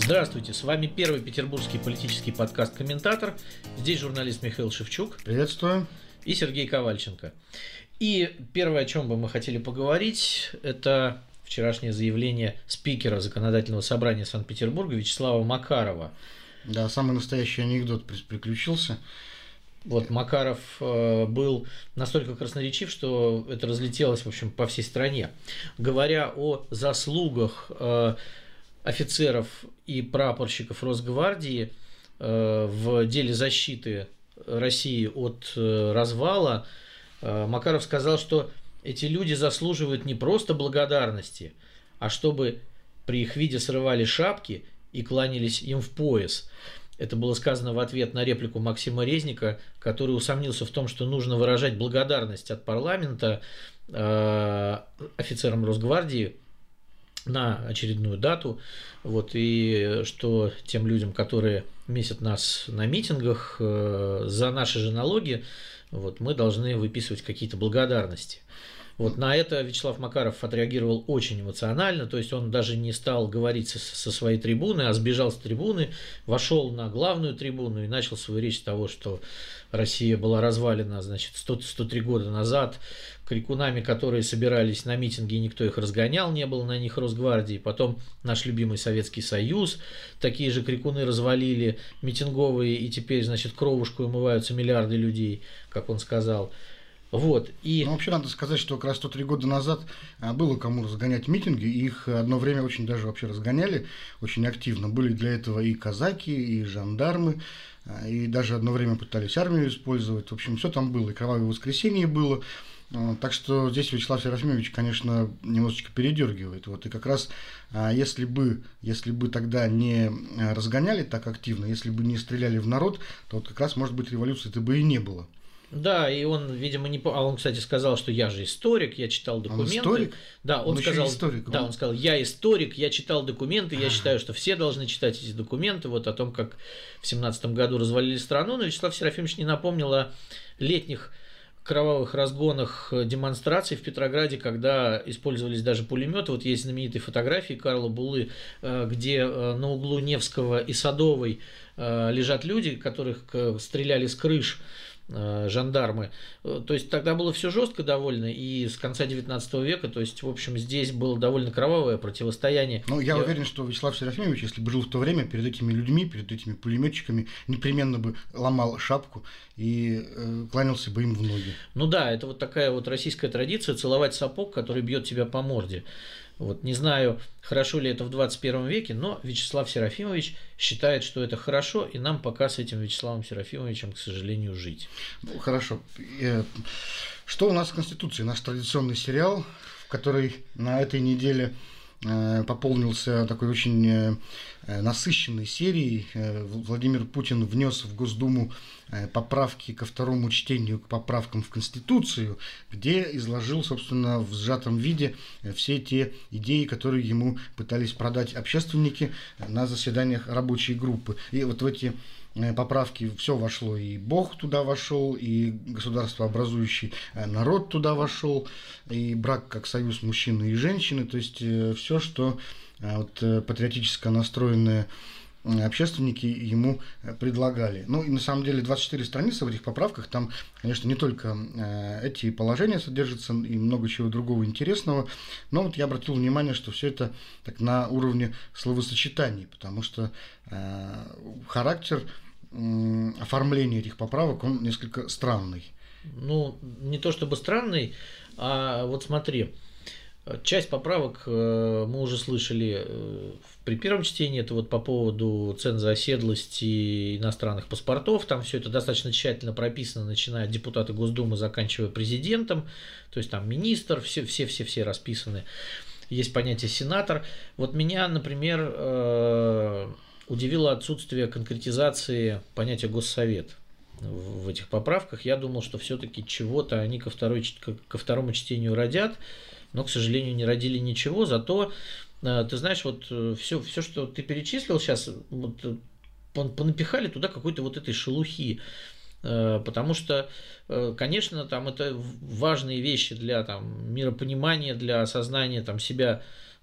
Здравствуйте, с вами первый петербургский политический подкаст «Комментатор». Здесь журналист Михаил Шевчук. Приветствую. И Сергей Ковальченко. И первое, о чем бы мы хотели поговорить, это вчерашнее заявление спикера Законодательного собрания Санкт-Петербурга Вячеслава Макарова. Да, самый настоящий анекдот приключился. Вот Макаров был настолько красноречив, что это разлетелось, в общем, по всей стране. Говоря о заслугах офицеров и прапорщиков Росгвардии в деле защиты России от развала, Макаров сказал, что эти люди заслуживают не просто благодарности, а чтобы при их виде срывали шапки и кланялись им в пояс. Это было сказано в ответ на реплику Максима Резника, который усомнился в том, что нужно выражать благодарность от парламента офицерам Росгвардии на очередную дату, вот, и что тем людям, которые месят нас на митингах за наши же налоги, вот, мы должны выписывать какие-то благодарности. Вот на это Вячеслав Макаров отреагировал очень эмоционально, то есть он даже не стал говорить со своей трибуны, а сбежал с трибуны, вошел на главную трибуну и начал свою речь с того, что Россия была развалена, значит, 103 года назад, крикунами, которые собирались на митинги, и никто их разгонял, не было на них Росгвардии. Потом наш любимый Советский Союз, такие же крикуны развалили, митинговые, и теперь, значит, кровушку умываются миллиарды людей, как он сказал. Вот, и... Ну, вообще надо сказать, что как раз 103 года назад было кому разгонять митинги, и их одно время очень даже вообще разгоняли, очень активно. Были для этого и казаки, и жандармы, и даже одно время пытались армию использовать. В общем, все там было, и кровавое воскресенье было. Так что здесь Вячеслав Серафимович, конечно, немножечко передергивает. Вот, и как раз если бы тогда не разгоняли так активно, если бы не стреляли в народ, то вот как раз, может быть, революции-то бы и не было. Да, и он, видимо, не... А он, кстати, сказал, что я же историк, я читал документы. Он историк? Да, он сказал, историк, да, он сказал, я историк, я читал документы, я считаю, что все должны читать эти документы, вот о том, как в 17 году развалили страну, но Вячеслав Серафимович не напомнил о летних кровавых разгонах демонстраций в Петрограде, когда использовались даже пулеметы. Вот есть знаменитые фотографии Карла Булы, где на углу Невского и Садовой лежат люди, которых стреляли с крыш жандармы. То есть тогда было все жестко довольно, и с конца 19 века, то есть, в общем, здесь было довольно кровавое противостояние. Ну, я уверен, что Вячеслав Серафимович, если бы жил в то время, перед этими людьми, перед этими пулеметчиками, непременно бы ломал шапку и кланялся бы им в ноги. Ну да, это вот такая вот российская традиция целовать сапог, который бьет тебя по морде. Вот, не знаю, хорошо ли это в 21 веке, но Вячеслав Серафимович считает, что это хорошо, и нам пока с этим Вячеславом Серафимовичем, к сожалению, жить. Ну, хорошо. Что у нас в Конституции? Наш традиционный сериал, в который на этой неделе пополнился такой очень насыщенной серией. Владимир Путин внес в Госдуму поправки ко второму чтению, к поправкам в Конституцию, где изложил, собственно, в сжатом виде все те идеи, которые ему пытались продать общественники на заседаниях рабочей группы. И вот в эти поправки все вошло, и Бог туда вошел, и государствообразующий народ туда вошел, и брак как союз мужчины и женщины, то есть все, что вот патриотически настроенные общественники ему предлагали. Ну и на самом деле 24 страницы в этих поправках, там, конечно, не только эти положения содержатся, и много чего другого интересного, но вот я обратил внимание, что все это так на уровне словосочетаний, потому что характер оформления этих поправок, он несколько странный. Ну, не то чтобы странный, а вот смотри, часть поправок мы уже слышали при первом чтении, это вот по поводу цен за оседлости иностранных паспортов, там все это достаточно тщательно прописано, начиная от депутата Госдумы, заканчивая президентом, то есть там министр, все расписаны, есть понятие сенатор. Вот меня, например, удивило отсутствие конкретизации понятия госсовет в этих поправках. Я думал, что все-таки чего-то они ко второму чтению родят, но, к сожалению, не родили ничего. Зато, ты знаешь, вот все, что ты перечислил сейчас, вот, понапихали туда какой-то вот этой шелухи. Потому что, конечно, там это важные вещи для там, миропонимания, для осознания там, себя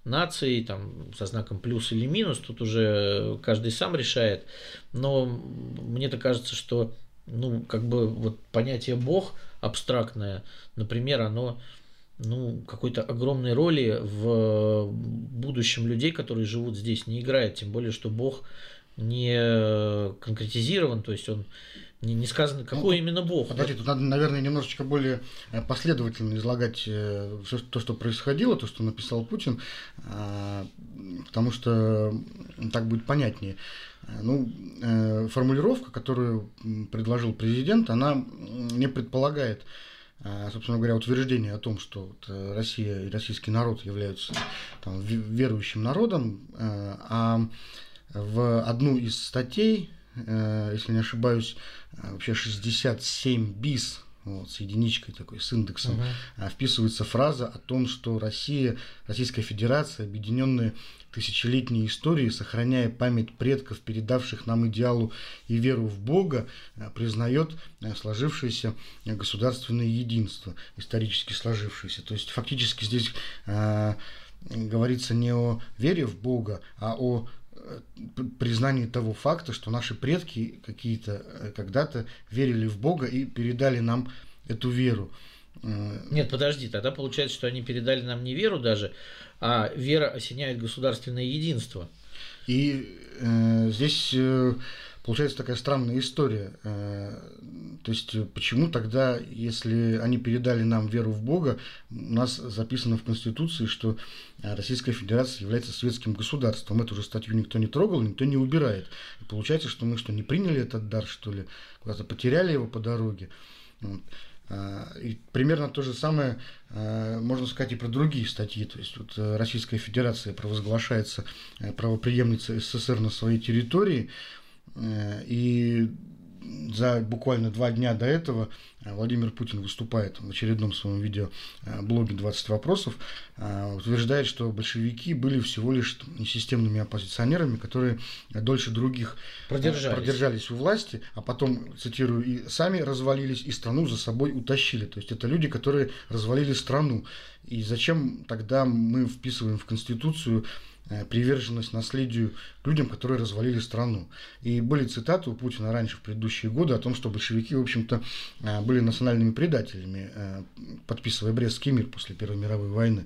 наций, там, со знаком плюс или минус, тут уже каждый сам решает. Но мне-то кажется, что ну, как бы вот понятие Бог абстрактное, например, оно ну, какой-то огромной роли в будущем людей, которые живут здесь, не играет. Тем более, что Бог не конкретизирован, то есть он не сказано, какой именно Бог. Подожди, тут надо, наверное, немножечко более последовательно излагать все то, что происходило, то, что написал Путин, потому что так будет понятнее. Ну, формулировка, которую предложил президент, она не предполагает, собственно говоря, утверждение о том, что вот Россия и российский народ являются там, верующим народом, а в одну из статей, если не ошибаюсь, вообще 67 bis, вот, с единичкой такой, с индексом, вписывается фраза о том, что Россия, Российская Федерация, объединенная тысячелетней историей, сохраняя память предков, передавших нам идеалу и веру в Бога, признает сложившееся государственное единство, исторически сложившееся. То есть фактически здесь говорится не о вере в Бога, а о признании того факта, что наши предки какие-то когда-то верили в Бога и передали нам эту веру. Нет, подожди, тогда получается, что они передали нам не веру даже, а вера осеняет государственное единство. И здесь получается такая странная история. То есть, почему тогда, если они передали нам веру в Бога, у нас записано в Конституции, что Российская Федерация является светским государством. Эту же статью никто не трогал, никто не убирает. И получается, что мы что, не приняли этот дар, что ли? Куда-то потеряли его по дороге? И примерно то же самое можно сказать и про другие статьи. То есть вот Российская Федерация провозглашается правопреемницей СССР на своей территории, и за буквально 2 дня до этого Владимир Путин выступает в очередном своем видеоблоге «20 вопросов», утверждает, что большевики были всего лишь несистемными оппозиционерами, которые дольше других продержались у власти, а потом, цитирую, и сами развалились, и страну за собой утащили. То есть это люди, которые развалили страну. И зачем тогда мы вписываем в Конституцию приверженность наследию людям, которые развалили страну? И были цитаты у Путина раньше, в предыдущие годы, о том, что большевики, в общем-то, были национальными предателями, подписывая Брестский мир после Первой мировой войны.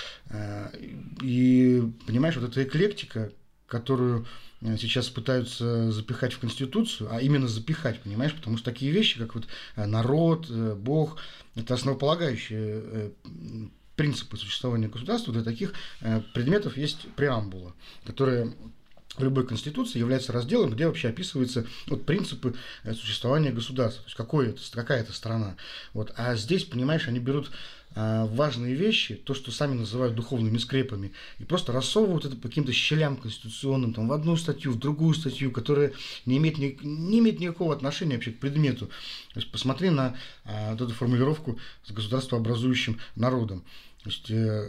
И, понимаешь, вот эта эклектика, которую сейчас пытаются запихать в Конституцию, а именно запихать, понимаешь, потому что такие вещи, как вот народ, Бог, это основополагающие принципы существования государства. Для таких предметов есть преамбула, которая в любой конституции является разделом, где вообще описываются вот принципы существования государства, то есть какая это страна. Вот. А здесь, понимаешь, они берут важные вещи, то, что сами называют духовными скрепами, и просто рассовывают это по каким-то щелям конституционным, там, в одну статью, в другую статью, которая не имеет никакого отношения вообще к предмету. То есть посмотри на вот эту формулировку с государствообразующим народом. То есть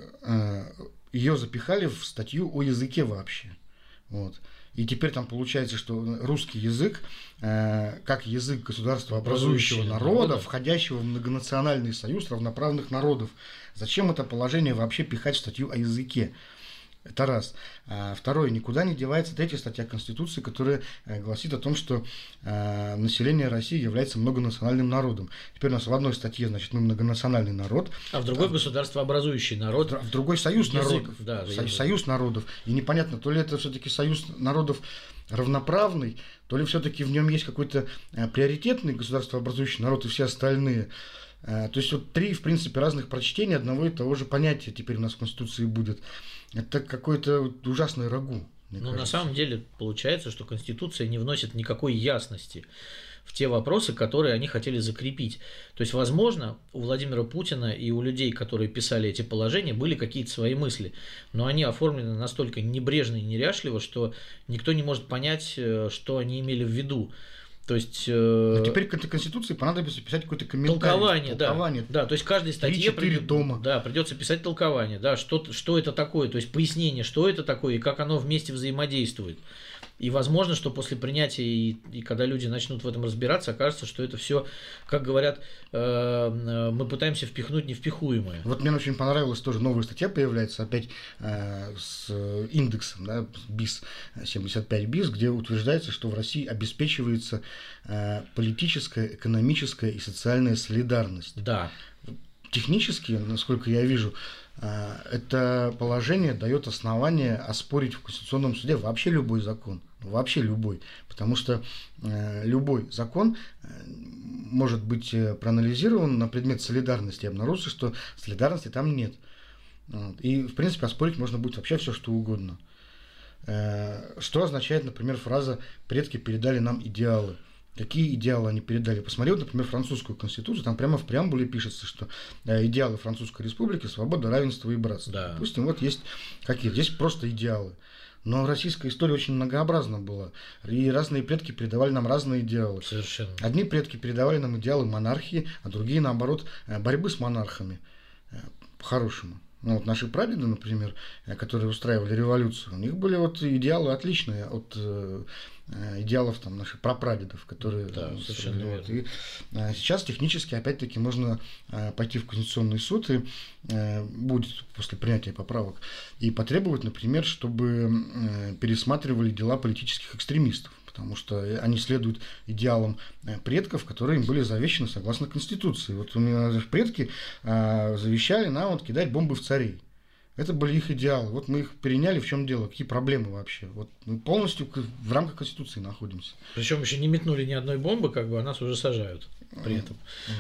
ее запихали в статью о языке вообще. Вот. И теперь там получается, что русский язык, как язык государствообразующего народа, входящего в многонациональный союз равноправных народов. Зачем это положение вообще пихать в статью о языке? Это раз. Второе, никуда не девается 3-я статья Конституции, которая гласит о том, что население России является многонациональным народом. Теперь у нас в одной статье, значит, мы многонациональный народ. А в другой государствообразующий народ. В другой союз народов. Да, союз народов. И непонятно, то ли это все-таки союз народов равноправный, то ли все-таки в нем есть какой-то приоритетный государствообразующий народ и все остальные. То есть вот 3, в принципе, разных прочтения одного и того же понятия теперь у нас в Конституции будет. Это какое-то ужасное рагу. Ну, на самом деле, получается, что Конституция не вносит никакой ясности в те вопросы, которые они хотели закрепить. То есть, возможно, у Владимира Путина и у людей, которые писали эти положения, были какие-то свои мысли, но они оформлены настолько небрежно и неряшливо, что никто не может понять, что они имели в виду. То есть теперь к этой Конституции понадобится писать какой-то комментарий. Толкование. Да, то есть каждой статье тома. Да, придется писать толкование, да, что это такое, то есть пояснение, что это такое и как оно вместе взаимодействует. И возможно, что после принятия и когда люди начнут в этом разбираться, окажется, что это все, как говорят, мы пытаемся впихнуть невпихуемое. Вот мне очень понравилась тоже новая статья появляется, опять с индексом, да, БИС, 75 БИС, где утверждается, что в России обеспечивается политическая, экономическая и социальная солидарность. Да. Технически, насколько я вижу, это положение дает основание оспорить в Конституционном суде вообще любой закон. Вообще любой. Потому что любой закон может быть проанализирован на предмет солидарности и обнаружится, что солидарности там нет. И, в принципе, оспорить можно будет вообще все, что угодно. Что означает, например, фраза «предки передали нам идеалы». Какие идеалы они передали? Посмотри, вот, например, французскую конституцию, там прямо в преамбуле пишется, что идеалы Французской республики – свобода, равенство и братство. Да. Допустим, вот есть какие-то, здесь просто идеалы. Но российская история очень многообразна была, и разные предки передавали нам разные идеалы. Совершенно. Одни предки передавали нам идеалы монархии, а другие, наоборот, борьбы с монархами, по-хорошему. Ну, вот наши прадеды, например, которые устраивали революцию, у них были вот идеалы отличные от идеалов там, наших прапрадедов, которые... Да, совершенно вот. верно. И сейчас технически, опять-таки, можно пойти в Конституционный суд, и будет после принятия поправок, и потребовать, например, чтобы пересматривали дела политических экстремистов, потому что они следуют идеалам предков, которые им были завещаны согласно Конституции. Вот у меня предки завещали нам вот кидать бомбы в царей. Это были их идеалы. Вот мы их переняли. В чем дело? Какие проблемы вообще? Вот мы полностью в рамках Конституции находимся. Причем еще не метнули ни одной бомбы, как бы, а нас уже сажают при этом.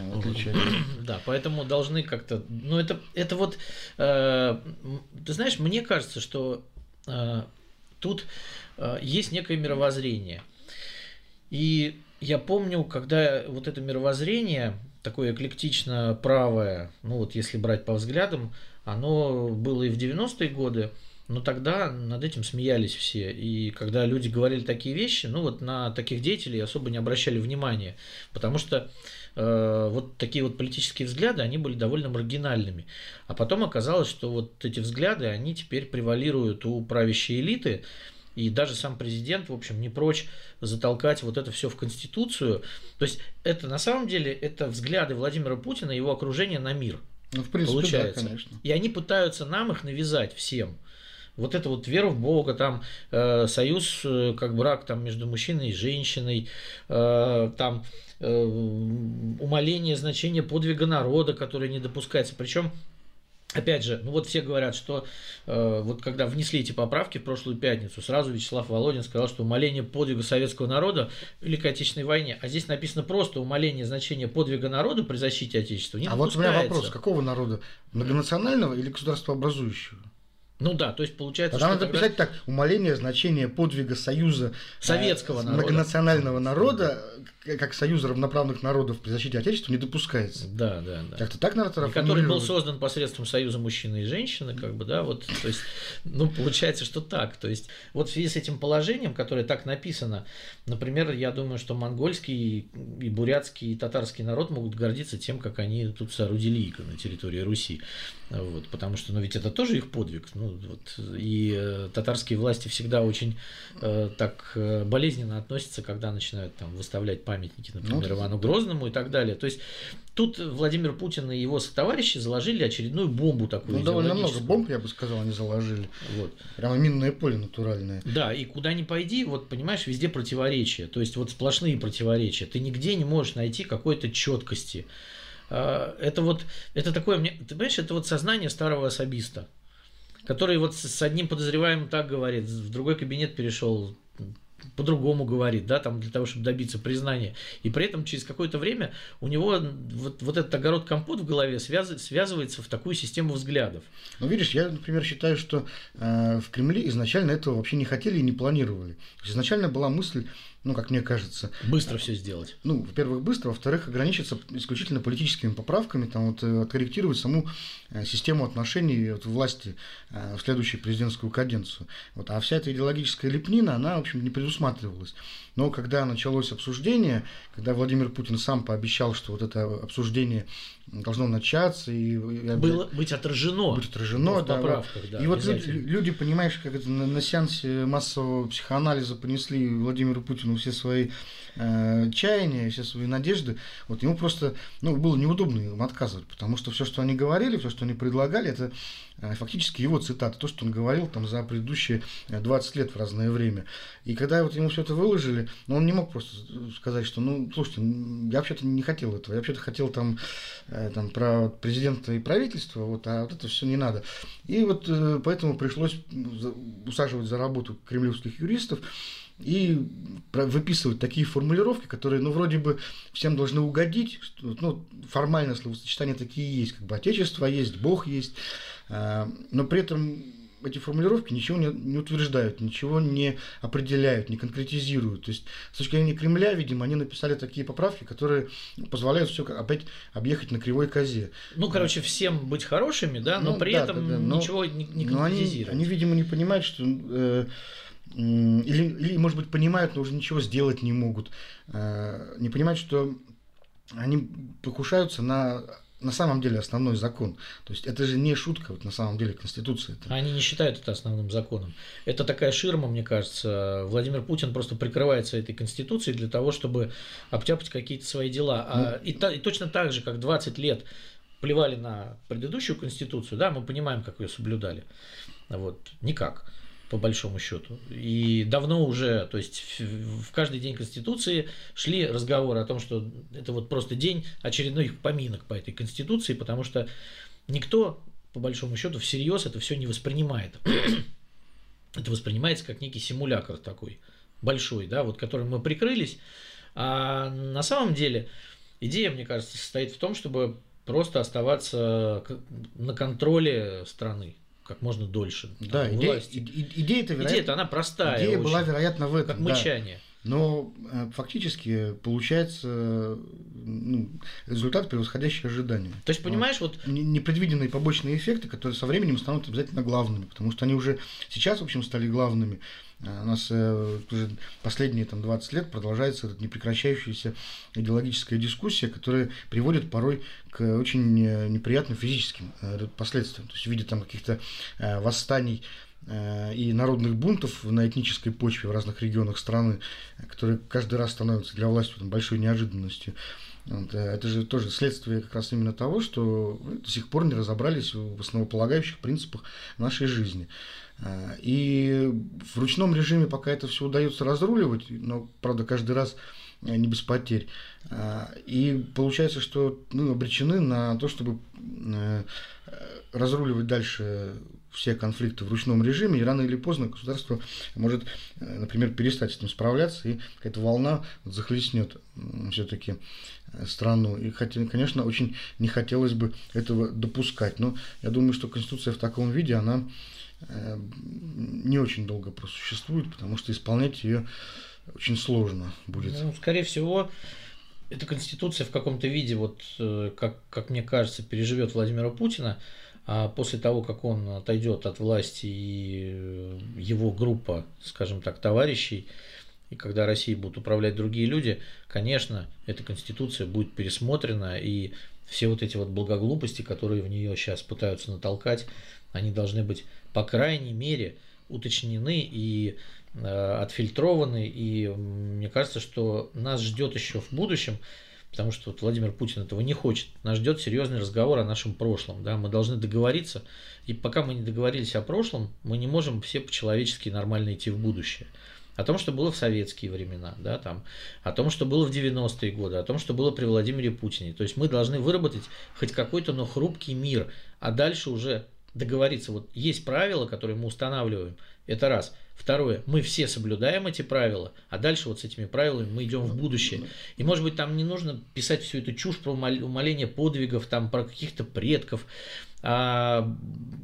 Да, поэтому должны как-то... Ну, это вот... Ты знаешь, мне кажется, что тут есть некое мировоззрение. И я помню, когда вот это мировоззрение, такое эклектично правое, ну вот если брать по взглядам, оно было и в 90-е годы, но тогда над этим смеялись все. И когда люди говорили такие вещи, ну вот на таких деятелей особо не обращали внимания, потому что вот такие вот политические взгляды, они были довольно маргинальными. А потом оказалось, что вот эти взгляды, они теперь превалируют у правящей элиты, и даже сам президент, в общем, не прочь затолкать вот это все в Конституцию. То есть это на самом деле это взгляды Владимира Путина и его окружения на мир. Ну, в принципе, получается. Да, конечно. И они пытаются нам их навязать всем. Вот это вот вера в Бога, там союз, как брак там, между мужчиной и женщиной, там умаление значения подвига народа, которое не допускается. Причем, опять же, ну вот все говорят, что вот когда внесли эти поправки в прошлую пятницу, сразу Вячеслав Володин сказал, что умаление подвига советского народа в Великой Отечественной войне, а здесь написано просто умаление значения подвига народа при защите Отечества не допускается. Вот у меня вопрос, какого народа? Многонационального или государствообразующего? Ну да, то есть получается, тогда надо писать так: умаление значения подвига союза советского народа, многонационального народа, как союза равноправных народов при защите Отечества, не допускается. Да. Как-то так надо формулировать. Который был создан посредством союза мужчины и женщины, как бы, да, вот, то есть, ну, получается, что так. То есть, вот в связи с этим положением, которое так написано, например, я думаю, что монгольский и бурятский и татарский народ могут гордиться тем, как они тут соорудили иго на территории Руси. Вот, потому что, ну, ведь это тоже их подвиг. Ну, вот, и татарские власти всегда очень так болезненно относятся, когда начинают там выставлять памятники, например, Ивану Грозному и так далее. То есть тут Владимир Путин и его сотоварищи заложили очередную бомбу такую. Ну, довольно много бомб, я бы сказал, они заложили. Вот. Прямо минное поле натуральное. Да, и куда ни пойди, вот понимаешь, везде противоречия. То есть вот сплошные противоречия. Ты нигде не можешь найти какой-то четкости. Это вот, это такое, ты понимаешь, это вот сознание старого особиста, который вот с одним подозреваемым так говорит, в другой кабинет перешел, по-другому говорит, да, там для того, чтобы добиться признания. И при этом через какое-то время у него вот этот огород-компот в голове связывается в такую систему взглядов. Ну, видишь, я, например, считаю, что в Кремле изначально этого вообще не хотели и не планировали. Изначально была мысль ну, как мне кажется. Быстро все сделать. Ну, во-первых, быстро, во-вторых, ограничиться исключительно политическими поправками, там вот откорректировать саму систему отношений вот, власти в следующую президентскую каденцию. Вот. А вся эта идеологическая лепнина, она, в общем, не предусматривалась. Но когда началось обсуждение, когда Владимир Путин сам пообещал, что вот это обсуждение должно начаться и было быть отражено, в поправках, да. И вот люди, понимаешь, как это на сеансе массового психоанализа понесли Владимиру Путину все свои чаяния, все свои надежды, вот ему просто было неудобно им отказывать, потому что все, что они говорили, все, что они предлагали, это фактически его цитаты, то, что он говорил там за предыдущие 20 лет в разное время. И когда вот ему все это выложили, он не мог просто сказать, что, слушайте, я вообще-то не хотел этого, я вообще-то хотел там про президента и правительство, вот, а вот это все не надо. И вот поэтому пришлось усаживать за работу кремлевских юристов и выписывать такие формулировки, которые, вроде бы всем должны угодить, формально словосочетания такие есть, как бы отечество есть, Бог есть, но при этом эти формулировки ничего не утверждают, ничего не определяют, не конкретизируют. То есть, с точки зрения Кремля, видимо, они написали такие поправки, которые позволяют все опять объехать на кривой козе. Всем быть хорошими, да, но при этом ничего не конкретизируют. Они, видимо, не понимают, что... Или, может быть, понимают, но уже ничего сделать не могут. Не понимают, что они покушаются на самом деле основной закон. То есть это же не шутка, вот на самом деле Конституция. Они не считают это основным законом. Это такая ширма, мне кажется. Владимир Путин просто прикрывается этой Конституцией для того, чтобы обтяпать какие-то свои дела. И точно так же, как 20 лет плевали на предыдущую Конституцию, да, мы понимаем, как ее соблюдали. Вот, никак. По большому счету. И давно уже, то есть в каждый день Конституции шли разговоры о том, что это вот просто день очередных поминок по этой Конституции, потому что никто, по большому счету, всерьез это все не воспринимает. Это воспринимается как некий симулятор такой большой, да, вот которым мы прикрылись. А на самом деле идея, мне кажется, состоит в том, чтобы просто оставаться на контроле страны как можно дольше. Да, идея-то она простая. Идея была, вероятно, в этом. Как мычание. Да. Но фактически получается результат, превосходящий ожидания. То есть, понимаешь, вот... Непредвиденные побочные эффекты, которые со временем станут обязательно главными, потому что они уже сейчас, в общем, стали главными. У нас уже последние 20 лет продолжается эта непрекращающаяся идеологическая дискуссия, которая приводит порой к очень неприятным физическим последствиям. То есть в виде каких-то восстаний и народных бунтов на этнической почве в разных регионах страны, которые каждый раз становятся для власти большой неожиданностью. Это же тоже следствие как раз именно того, что мы до сих пор не разобрались в основополагающих принципах нашей жизни. И в ручном режиме пока это все удается разруливать, но, правда, каждый раз не без потерь. И получается, что мы обречены на то, чтобы разруливать дальше все конфликты в ручном режиме, и рано или поздно государство может, например, перестать с этим справляться, и какая-то волна захлестнет все-таки страну. И, хотя, конечно, очень не хотелось бы этого допускать. Но я думаю, что Конституция в таком виде, она не очень долго просуществует, потому что исполнять ее очень сложно будет. Скорее всего, эта Конституция в каком-то виде, вот как мне кажется, переживет Владимира Путина, а после того, как он отойдет от власти и его группа, скажем так, товарищей, и когда Россией будут управлять другие люди, конечно, эта Конституция будет пересмотрена, и все вот эти вот благоглупости, которые в нее сейчас пытаются натолкать, они должны быть, по крайней мере, уточнены и отфильтрованы. И мне кажется, что нас ждет еще в будущем, потому что вот Владимир Путин этого не хочет, нас ждет серьезный разговор о нашем прошлом. Да? Мы должны договориться, и пока мы не договорились о прошлом, мы не можем все по-человечески нормально идти в будущее. О том, что было в советские времена, да, о том, что было в 90-е годы, о том, что было при Владимире Путине. То есть мы должны выработать хоть какой-то, но хрупкий мир, а дальше уже договориться. Вот есть правила, которые мы устанавливаем, это раз. Второе, мы все соблюдаем эти правила, а дальше вот с этими правилами мы идем в будущее. И, может быть, там не нужно писать всю эту чушь про умаление подвигов, про каких-то предков,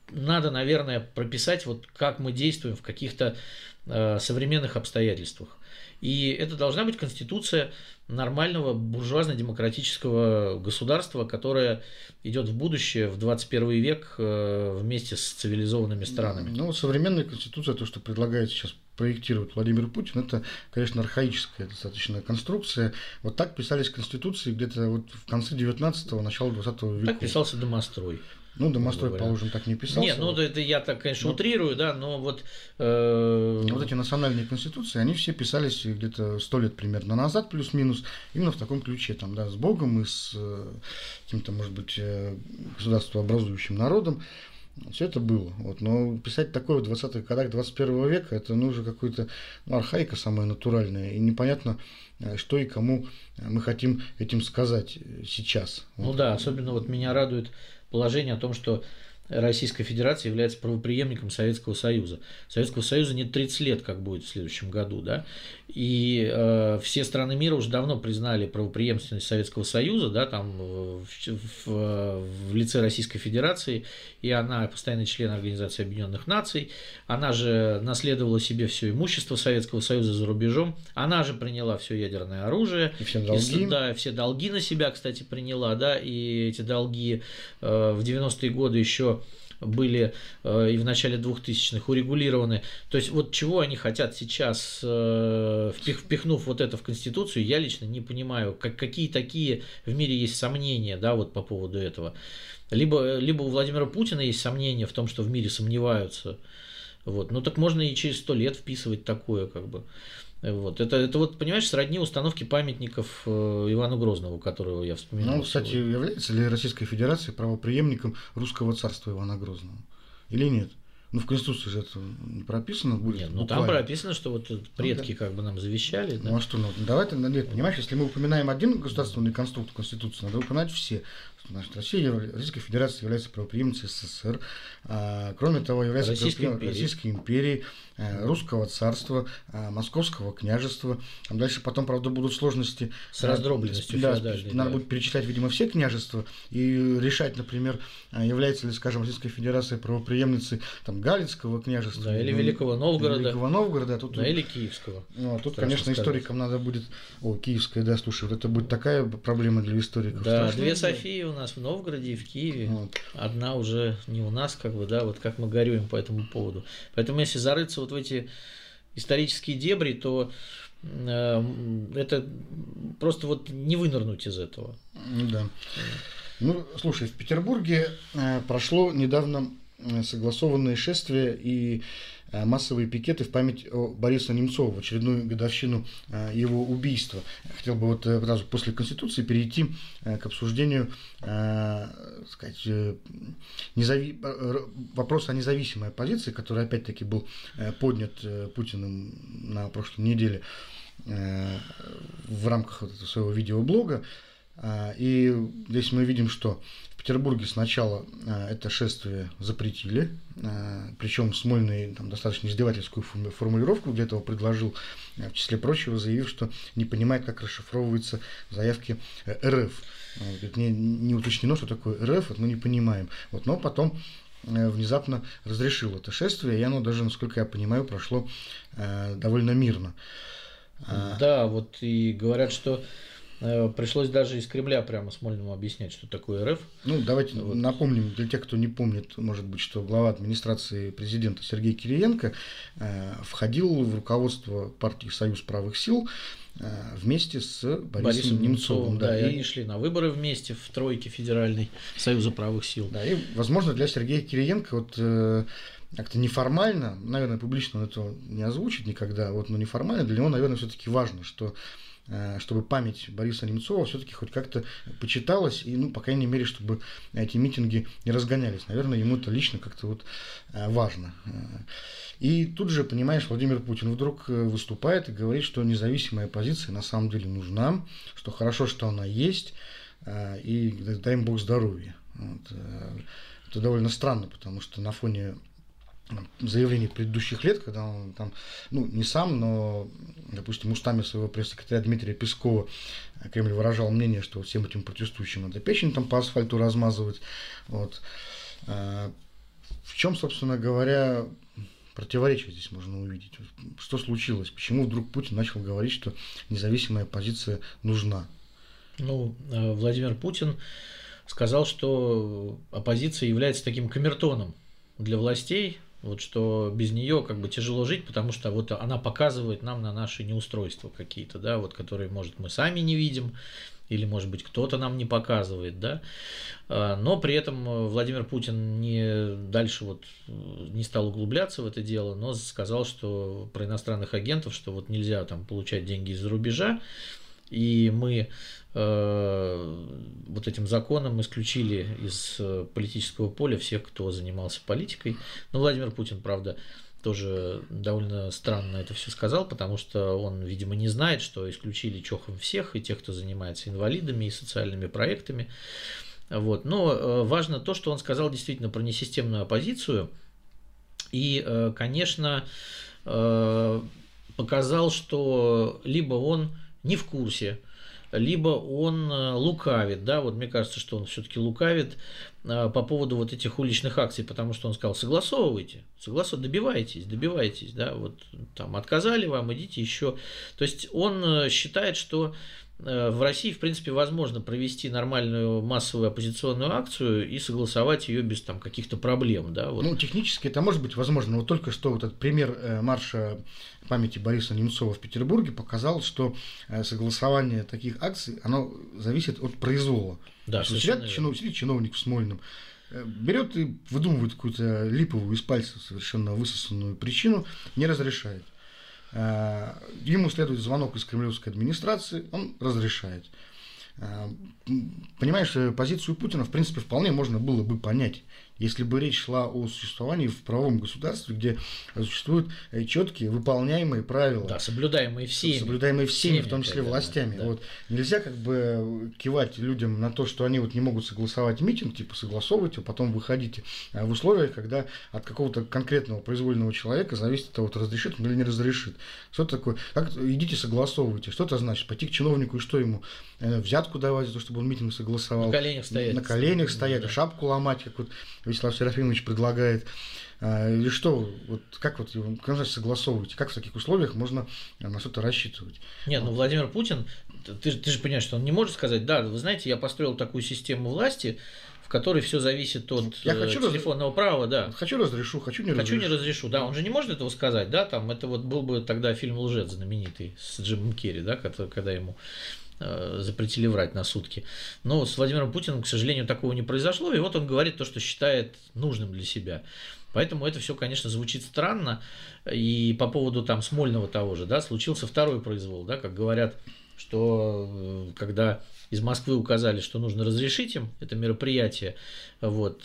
надо, наверное, прописать, вот как мы действуем в каких-то современных обстоятельствах. И это должна быть конституция нормального буржуазно-демократического государства, которое идет в будущее, в 21 век вместе с цивилизованными странами. Ну, современная конституция, то, что предлагает сейчас проектировать Владимир Путин, это, конечно, архаическая достаточно конструкция. Вот так писались конституции где-то вот в конце 19-го, начало 20 века. Так писался домострой. Ну, домострой, положим, так не писался. Нет, ну это я так, конечно, утрирую, да, но вот... Вот эти национальные конституции, они все писались где-то 100 лет примерно назад, плюс-минус, именно в таком ключе, там, да, с Богом и с каким-то, может быть, государствообразующим народом. Все это было. Вот. Но писать такое в 20-х годах 21 века, это уже какой-то архаика самая натуральная, и непонятно, что и кому мы хотим этим сказать сейчас. Ну вот. Да, особенно вот меня радует положение о том, что Российская Федерация является правопреемником Советского Союза. Советского Союза нет 30 лет, как будет в следующем году, да, и все страны мира уже давно признали правопреемственность Советского Союза, да, там в лице Российской Федерации, и она постоянный член Организации Объединенных Наций, она же наследовала себе все имущество Советского Союза за рубежом, она же приняла все ядерное оружие, и все долги. Да, все долги на себя, кстати, приняла, да, и эти долги в 90-е годы еще были и в начале 2000-х урегулированы. То есть вот чего они хотят сейчас, впихнув вот это в Конституцию, я лично не понимаю, какие такие в мире есть сомнения, да, вот по поводу этого. Либо у Владимира Путина есть сомнения в том, что в мире сомневаются. Вот. Ну так можно и через 100 лет вписывать такое, как бы. Вот. Это вот, понимаешь, сродни установки памятников Ивану Грозному, которого я вспоминал. Ну, кстати, является ли Российская Федерация правопреемником русского царства Ивана Грозного? Или нет? Ну, в Конституции же это не прописано будет. Нет, ну там прописано, что вот предки как бы нам завещали. Ну, а что, ну, давай, нет, понимаешь, если мы упоминаем один государственный конструкт Конституции, надо упоминать все. Значит, Российская Федерация является правопреемницей СССР, кроме того, является Российской империей, Русского царства, Московского княжества. Там дальше потом, правда, будут сложности с раздробленностью. Да, надо будет перечислять, видимо, все княжества и решать, например, является ли, скажем, Российская Федерация правопреемницей там, Галицкого княжества. Да, или Великого Новгорода. Да, или Киевского. Ну, тут, конечно, историкам надо будет... Киевская, да, слушай, вот это будет такая проблема для историков. Да, две Софии у нас в Новгороде и в Киеве. Вот. Одна уже не у нас, как бы, да, вот как мы горюем по этому поводу. Поэтому, если зарыться вот в эти исторические дебри, то это просто вот не вынырнуть из этого. Да. Ну, слушай, в Петербурге прошло недавно согласованное шествие и массовые пикеты в память о Борисе Немцове в очередную годовщину его убийства. Я хотел бы вот сразу после Конституции перейти к обсуждению вопроса о независимой оппозиции, который опять-таки был поднят Путиным на прошлой неделе в рамках своего видеоблога. И здесь мы видим, что в Петербурге сначала это шествие запретили, причем Смольный там достаточно издевательскую формулировку для этого предложил, в числе прочего заявив, что не понимает, как расшифровываются заявки РФ. Не уточнено, что такое РФ, мы не понимаем. Вот, но потом внезапно разрешил это шествие, и оно даже, насколько я понимаю, прошло довольно мирно. Да, вот и говорят, что пришлось даже из Кремля прямо Смольному объяснять, что такое РФ. Ну, давайте напомним для тех, кто не помнит, может быть, что глава администрации президента Сергей Кириенко входил в руководство партии «Союз правых сил» вместе с Борисом Немцовым. Да, и они шли на выборы вместе в тройке федеральной Союза правых сил. Да, и, возможно, для Сергея Кириенко вот как-то неформально, наверное, публично он этого не озвучит никогда, вот, но неформально для него, наверное, все-таки важно, что чтобы память Бориса Немцова все-таки хоть как-то почиталась, и, ну, по крайней мере, чтобы эти митинги не разгонялись. Наверное, ему это лично как-то вот важно. И тут же, понимаешь, Владимир Путин вдруг выступает и говорит, что независимая оппозиция на самом деле нужна, что хорошо, что она есть, и дай им Бог здоровья. Вот. Это довольно странно, потому что на фоне заявлений предыдущих лет, когда он там, ну, не сам, но, допустим, устами своего пресс-секретаря Дмитрия Пескова Кремль выражал мнение, что всем этим протестующим надо печень там по асфальту размазывать. Вот. В чем, собственно говоря, противоречие здесь можно увидеть? Что случилось? Почему вдруг Путин начал говорить, что независимая оппозиция нужна? Ну, Владимир Путин сказал, что оппозиция является таким камертоном для властей, вот что без нее как бы тяжело жить, потому что вот она показывает нам на наши неустройства какие-то, да, вот которые, может, мы сами не видим, или, может быть, кто-то нам не показывает, да, но при этом Владимир Путин дальше вот не стал углубляться в это дело, но сказал, что про иностранных агентов, что вот нельзя там получать деньги из-за рубежа, и мы вот этим законом исключили из политического поля всех, кто занимался политикой. Но Владимир Путин, правда, тоже довольно странно это все сказал, потому что он, видимо, не знает, что исключили чохом всех, и тех, кто занимается инвалидами и социальными проектами. Вот. Но важно то, что он сказал действительно про несистемную оппозицию. И, конечно, показал, что либо он не в курсе, либо он лукавит, да, вот мне кажется, что он все-таки лукавит по поводу вот этих уличных акций, потому что он сказал, согласовывайте, добивайтесь, да, вот там отказали вам, идите еще. То есть он считает, что в России, в принципе, возможно провести нормальную массовую оппозиционную акцию и согласовать ее без там каких-то проблем, да. Вот. Ну, технически это может быть возможно, но вот только что вот этот пример марша памяти Бориса Немцова в Петербурге показал, что согласование таких акций, оно зависит от произвола. Да, сидит чиновник в Смольном, берет и выдумывает какую-то липовую из пальца совершенно высосанную причину, не разрешает. Ему следует звонок из кремлевской администрации, он разрешает. Понимаешь, позицию Путина, в принципе, вполне можно было бы понять, если бы речь шла о существовании в правовом государстве, где существуют четкие выполняемые правила. Да, соблюдаемые всеми, в том числе властями. Да. Вот. Нельзя как бы кивать людям на то, что они вот не могут согласовать митинг, типа согласовывайте, а потом выходите в условиях, когда от какого-то конкретного произвольного человека зависит от того, разрешит он или не разрешит. Что это такое? Идите согласовывайте. Что это значит? Пойти к чиновнику и что ему? Взятку давать за то, чтобы он митинг согласовал? На коленях стоять, да. Шапку ломать, как вот Вячеслав Серафимович предлагает. Или что? Вот как вот его согласовываете? Как в таких условиях можно на что-то рассчитывать? Нет, ну Владимир Путин, ты же понимаешь, что он не может сказать, да, вы знаете, я построил такую систему власти, в которой все зависит от телефонного права, да. Хочу разрешу, хочу не разрешу. Да, он же не может этого сказать, да, там это вот был бы тогда фильм «Лжец» знаменитый с Джимом Керри, да, когда ему запретили врать на сутки. Но с Владимиром Путиным, к сожалению, такого не произошло, и вот он говорит то, что считает нужным для себя. Поэтому это все, конечно, звучит странно. И по поводу там Смольного того же, да, случился второй произвол, да, как говорят, что когда из Москвы указали, что нужно разрешить им это мероприятие, вот,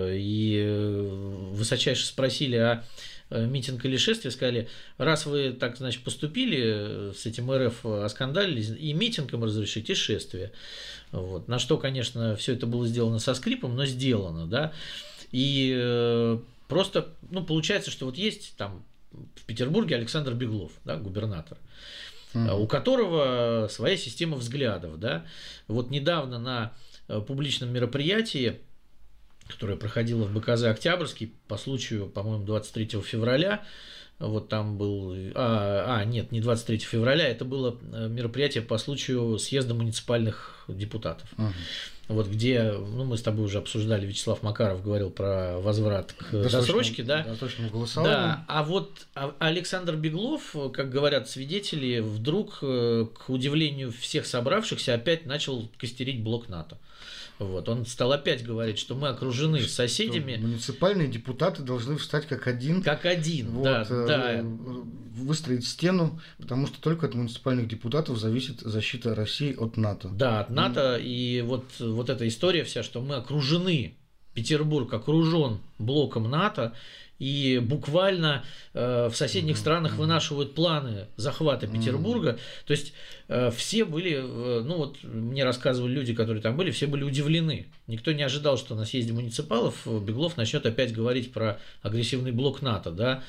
и высочайше спросили, а митинг или шествие, сказали, раз вы так, значит, поступили с этим РФ, оскандалились, и митинг им разрешить, и шествие. Вот. На что, конечно, все это было сделано со скрипом, но сделано, да. И просто, ну, получается, что вот есть там в Петербурге Александр Беглов, да, губернатор, у которого своя система взглядов, да. Вот недавно на публичном мероприятии, которое проходило в БКЗ «Октябрьский» по случаю, по-моему, 23 февраля, вот там был... нет, не 23 февраля, это было мероприятие по случаю съезда муниципальных депутатов. Вот где, ну, мы с тобой уже обсуждали, Вячеслав Макаров говорил про возврат к досрочке, да? Досрочному голосованию. Да, а вот Александр Беглов, как говорят свидетели, вдруг, к удивлению всех собравшихся, опять начал костерить блок НАТО. Вот, он стал опять говорить, что мы окружены соседями. Муниципальные депутаты должны встать как один. Как один, вот, да. Выстроить стену, потому что только от муниципальных депутатов зависит защита России от НАТО. Да, от НАТО. И вот эта история вся, что мы окружены, Петербург окружен блоком НАТО, и буквально в соседних странах вынашивают планы захвата Петербурга. То есть все были, ну вот мне рассказывали люди, которые там были, все были удивлены. Никто не ожидал, что на съезде муниципалов Беглов начнет опять говорить про агрессивный блок НАТО, да.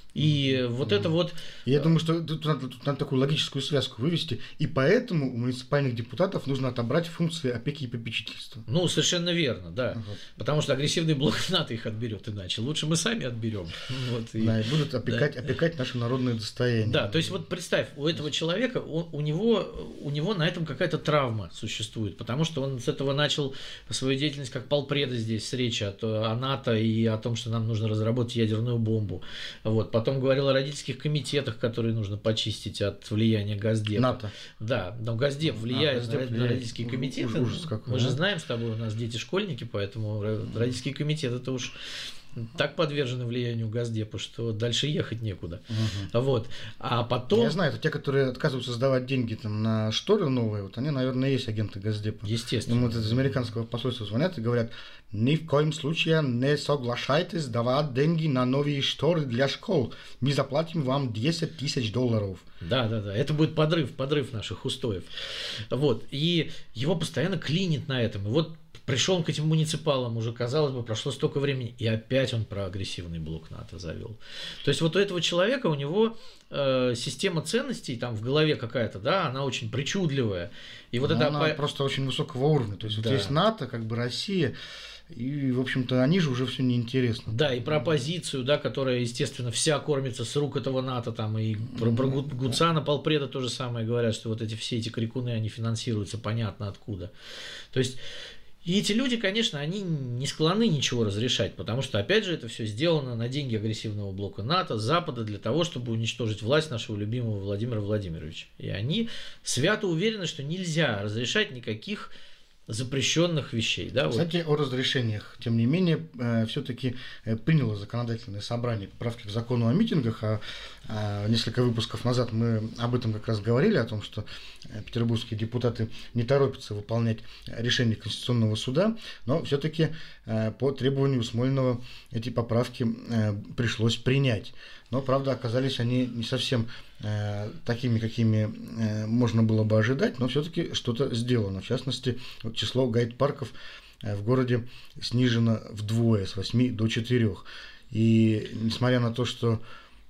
И вот это вот... Я думаю, что тут надо такую логическую связку вывести, и поэтому у муниципальных депутатов нужно отобрать функции опеки и попечительства. Ну, совершенно верно, да. Потому что агрессивный блок НАТО их отберет иначе. Лучше мы сами отберем. Вот, и будут опекать наше народное достояние. Да, то есть вот представь, у этого человека, у него на этом какая-то травма существует, потому что он с этого начал свою деятельность как полпреда здесь, с речи о НАТО и о том, что нам нужно разработать ядерную бомбу. Вот. Потом говорил о родительских комитетах, которые нужно почистить от влияния Госдепа. НАТО. Да, но Госдеп влияет на родительские комитеты. Ужас какой, мы же знаем с тобой, у нас дети-школьники, поэтому родительские комитеты это уж так подвержены влиянию Госдепа, что дальше ехать некуда. Вот. А потом... Я знаю, это те, которые отказываются сдавать деньги там, на шторы новые, вот они, наверное, есть агенты Госдепа. Естественно. Им вот из американского посольства звонят и говорят: ни в коем случае не соглашайтесь давать деньги на новые шторы для школ. Мы заплатим вам $10 000. Да. Это будет подрыв наших устоев. Вот. И его постоянно клинит на этом. И вот пришел он к этим муниципалам, уже, казалось бы, прошло столько времени, и опять он про агрессивный блок НАТО завел. То есть вот у этого человека, у него система ценностей там в голове какая-то, да, она очень причудливая. И вот она просто очень высокого уровня. То есть вот есть НАТО, как бы Россия, и, в общем-то, они же уже все неинтересно. Да, и про оппозицию, да, которая, естественно, вся кормится с рук этого НАТО, там, и про Гуцана, полпреда то же самое говорят, что вот все эти крикуны, они финансируются понятно откуда. То есть и эти люди, конечно, они не склонны ничего разрешать, потому что, опять же, это все сделано на деньги агрессивного блока НАТО, Запада, для того, чтобы уничтожить власть нашего любимого Владимира Владимировича. И они свято уверены, что нельзя разрешать никаких запрещенных вещей. Да, кстати, о разрешениях. Тем не менее, все-таки приняло законодательное собрание поправки к закону о митингах, несколько выпусков назад мы об этом как раз говорили, о том, что петербургские депутаты не торопятся выполнять решение Конституционного суда, но все-таки по требованию Смольного эти поправки пришлось принять. Но, правда, оказались они не совсем такими, какими можно было бы ожидать, но все-таки что-то сделано. В частности, число гайд-парков в городе снижено вдвое, с 8 до 4. И несмотря на то, что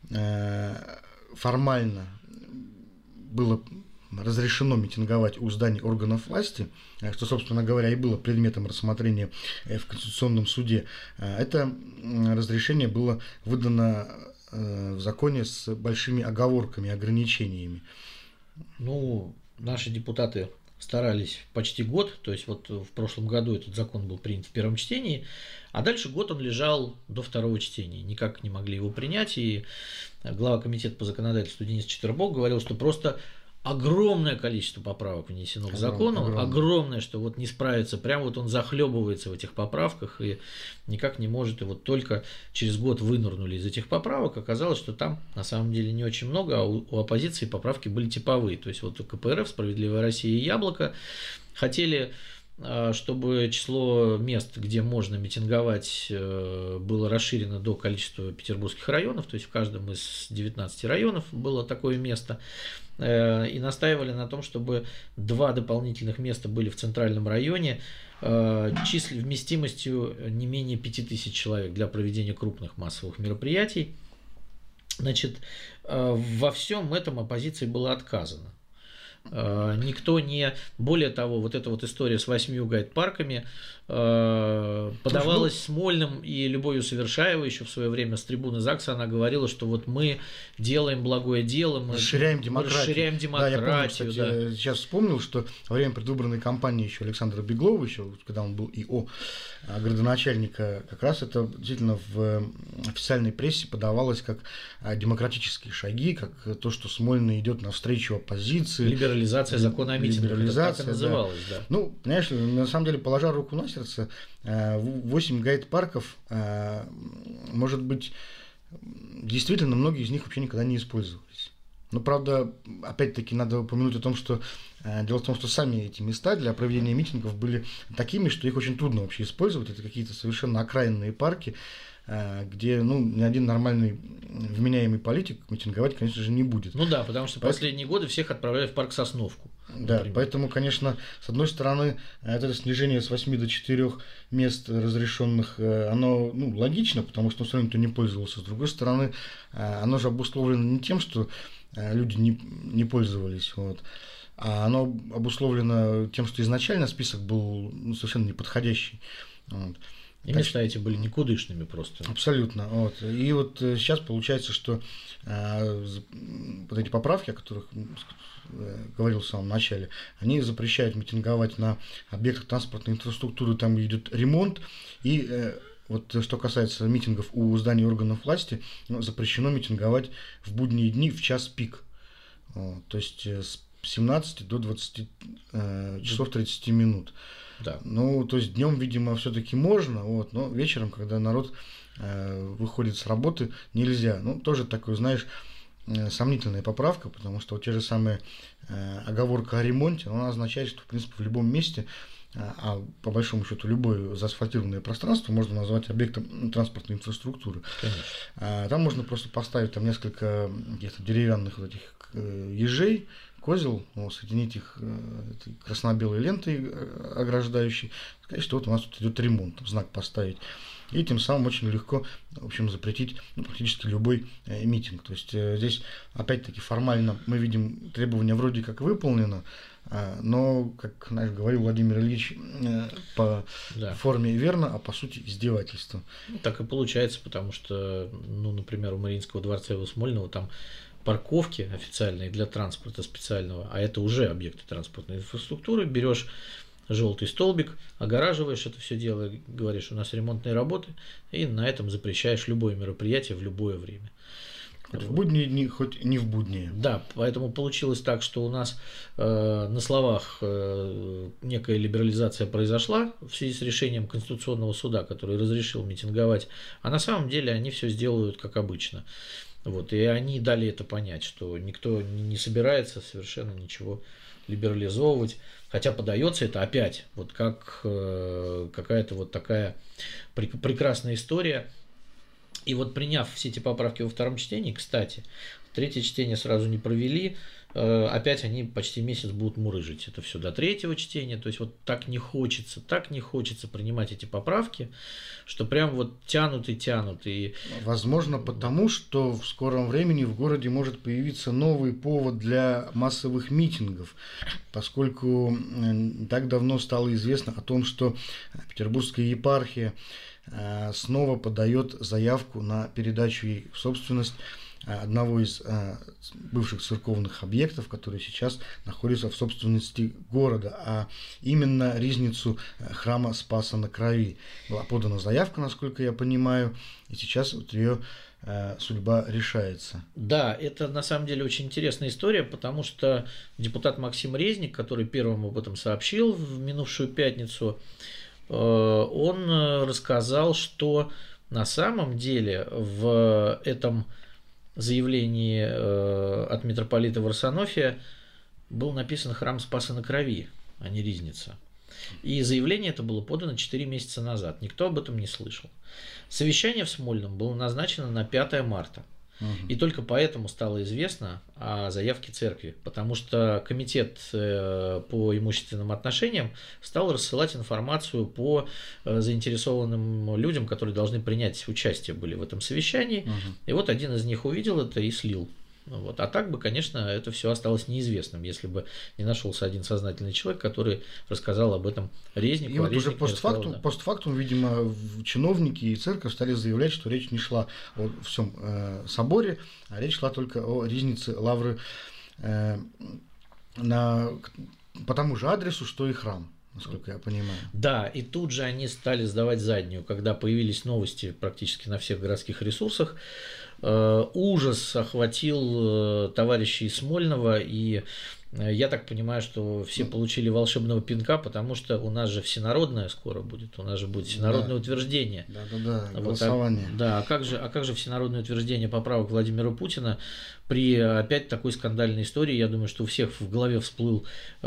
формально было разрешено митинговать у зданий органов власти, что, собственно говоря, и было предметом рассмотрения в Конституционном суде, это разрешение было выдано в законе с большими оговорками, ограничениями. Ну, наши депутаты старались почти год, то есть вот в прошлом году этот закон был принят в первом чтении, а дальше год он лежал до второго чтения, никак не могли его принять, и глава комитета по законодательству Денис Четвербок говорил, что просто огромное количество поправок внесено в закону, огромное, что вот не справится, прям вот он захлебывается в этих поправках и никак не может, и вот только через год вынырнули из этих поправок, оказалось, что там на самом деле не очень много, а у оппозиции поправки были типовые, то есть вот у КПРФ, Справедливая Россия и Яблоко хотели, чтобы число мест, где можно митинговать, было расширено до количества петербургских районов, то есть в каждом из 19 районов было такое место, и настаивали на том, чтобы 2 дополнительных места были в центральном районе вместимостью не менее 5000 человек для проведения крупных массовых мероприятий. Значит, во всем этом оппозиции было отказано. Никто не... Более того, вот эта вот история с 8 гайд-парками подавалась Смольным и Любовью Совершаевой еще в свое время с трибуны ЗАГСа. Она говорила, что вот мы делаем благое дело, мы расширяем демократию. Да, я помню, кстати, я сейчас вспомнил, что во время предвыборной кампании еще Александра Беглова, еще, когда он был ИО градоначальника, как раз это действительно в официальной прессе подавалось как демократические шаги, как то, что Смольный идет навстречу оппозиции. Либерализация закона о митингах, так и называлось. Да. Ну, понимаешь, на самом деле, положа руку на сердце, 8 гайд-парков, может быть, действительно, многие из них вообще никогда не использовались. Но, правда, опять-таки, надо упомянуть о том, что дело в том, что сами эти места для проведения митингов были такими, что их очень трудно вообще использовать. Это какие-то совершенно окраинные парки, где ни один нормальный вменяемый политик митинговать, конечно же, не будет. Ну да, потому что последние годы всех отправляли в парк Сосновку. Да, например. Поэтому, конечно, с одной стороны, это снижение с 8 до 4 мест разрешенных, оно логично, потому что все равно никто не пользовался. С другой стороны, оно же обусловлено не тем, что люди не пользовались, а оно обусловлено тем, что изначально список был совершенно неподходящий. И места эти были никудышными просто. Абсолютно. И сейчас получается, что эти поправки, о которых говорил в самом начале, они запрещают митинговать на объектах транспортной инфраструктуры, там идет ремонт, и что касается митингов у зданий органов власти, запрещено митинговать в будние дни в час пик. То есть с 17 до 20 часов 30 минут. Да. То есть днем, видимо, все-таки можно, но вечером, когда народ выходит с работы, нельзя. Тоже такой, знаешь, сомнительная поправка, потому что те же самые оговорка о ремонте, она означает, что, в принципе, в любом месте, а по большому счету любое заасфальтированное пространство можно назвать объектом транспортной инфраструктуры. Конечно. Там можно просто поставить несколько где-то деревянных этих ежей, козел, соединить их красно-белой лентой ограждающей, сказать, что у нас тут идет ремонт, знак поставить. И тем самым очень легко, в общем, запретить практически любой митинг. То есть здесь, опять-таки, формально мы видим, требование вроде как выполнено, но, как говорил Владимир Ильич, по форме верно, а по сути издевательство. Так и получается, потому что, например, у Мариинского дворца и у Смольного там парковки официальные для транспорта специального, а это уже объекты транспортной инфраструктуры, берешь желтый столбик, огораживаешь это все дело, говоришь, у нас ремонтные работы, и на этом запрещаешь любое мероприятие в любое время. Хоть в будние дни, хоть не в будние. Да, поэтому получилось так, что у нас на словах некая либерализация произошла в связи с решением Конституционного суда, который разрешил митинговать, а на самом деле они все сделают как обычно. И они дали это понять, что никто не собирается совершенно ничего либерализовывать, хотя подается это опять как какая-то такая прекрасная история. И приняв все эти поправки во втором чтении, кстати, третье чтение сразу не провели, опять они почти месяц будут мурыжить это все до третьего чтения. То есть так не хочется принимать эти поправки, что прям тянут и тянут. И... Возможно, потому что в скором времени в городе может появиться новый повод для массовых митингов, поскольку так давно стало известно о том, что Петербургская епархия снова подает заявку на передачу ей в собственность одного из бывших церковных объектов, который сейчас находится в собственности города, а именно ризницу храма Спаса на Крови. Была подана заявка, насколько я понимаю, и сейчас ее судьба решается. Да, это на самом деле очень интересная история, потому что депутат Максим Резник, который первым об этом сообщил в минувшую пятницу, он рассказал, что на самом деле в этом заявлении от митрополита Варсонофия был написан храм Спаса на Крови, а не Ризница. И заявление это было подано 4 месяца назад. Никто об этом не слышал. Совещание в Смольном было назначено на 5 марта. И только поэтому стало известно о заявке церкви, потому что комитет по имущественным отношениям стал рассылать информацию по заинтересованным людям, которые должны принять участие были в этом совещании. И один из них увидел это и слил. А так бы, конечно, это все осталось неизвестным, если бы не нашелся один сознательный человек, который рассказал об этом Резнику. И уже постфактум, видимо, чиновники и церковь стали заявлять, что речь не шла о всем соборе, а речь шла только о ризнице лавры по тому же адресу, что и храм, насколько я понимаю. Да, и тут же они стали сдавать заднюю, когда появились новости практически на всех городских ресурсах. Ужас охватил товарищей Смольного, и Я так понимаю, что все получили волшебного пинка, потому что у нас же всенародное скоро будет, у нас же будет всенародное утверждение. Да, Вот, голосование. а как же всенародное утверждение поправок Владимира Путина при опять такой скандальной истории? Я думаю, что у всех в голове всплыл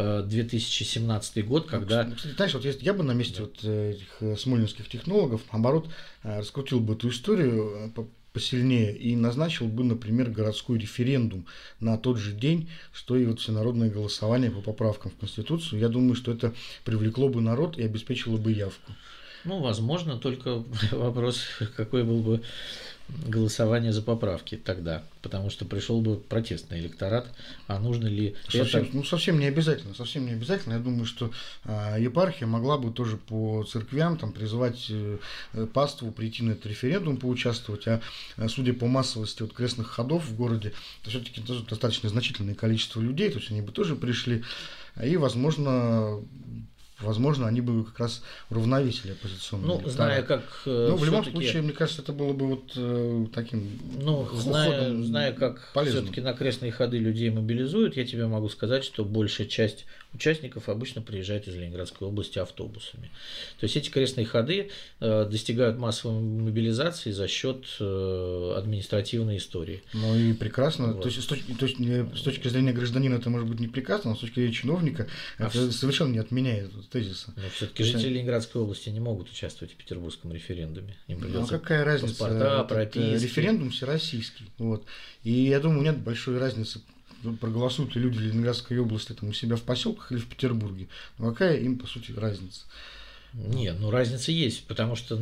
2017 год, когда... Кстати, знаешь, вот если я бы на месте вот этих смольнинских технологов, наоборот, раскрутил бы эту историю посильнее и назначил бы, например, городской референдум на тот же день, что и вот всенародное голосование по поправкам в Конституцию. Я думаю, что это привлекло бы народ и обеспечило бы явку. Ну, возможно, только вопрос, какой был бы голосование за поправки тогда, потому что пришел бы протестный электорат, а нужно ли совсем, это... Ну, совсем не обязательно. Я думаю, что епархия могла бы тоже по церквям там призывать паству прийти на этот референдум, поучаствовать, а судя по массовости вот крестных ходов в городе, то все-таки тоже достаточно значительное количество людей, то есть они бы тоже пришли, и, возможно, они бы как раз уравновесили оппозиционные Ну, электорат. зная, как... Ну, в любом случае, мне кажется, это было бы вот таким зная, как все-таки на крестные ходы людей мобилизуют, я тебе могу сказать, что большая часть участников обычно приезжает из Ленинградской области автобусами. То есть эти крестные ходы достигают массовой мобилизации за счет административной истории. Ну и прекрасно. Вот. То есть с точки зрения гражданина это может быть не прекрасно, но с точки зрения чиновника это совершенно не отменяет тезиса. Но все-таки жители Ленинградской области не могут участвовать в петербургском референдуме. Им придется какая разница? Паспорта, прописки. Референдум всероссийский. Вот. И я думаю, нет большой разницы, проголосуют ли люди Ленинградской области там, у себя в поселках или в Петербурге. Но какая им, по сути, разница? Нет, разница есть, потому что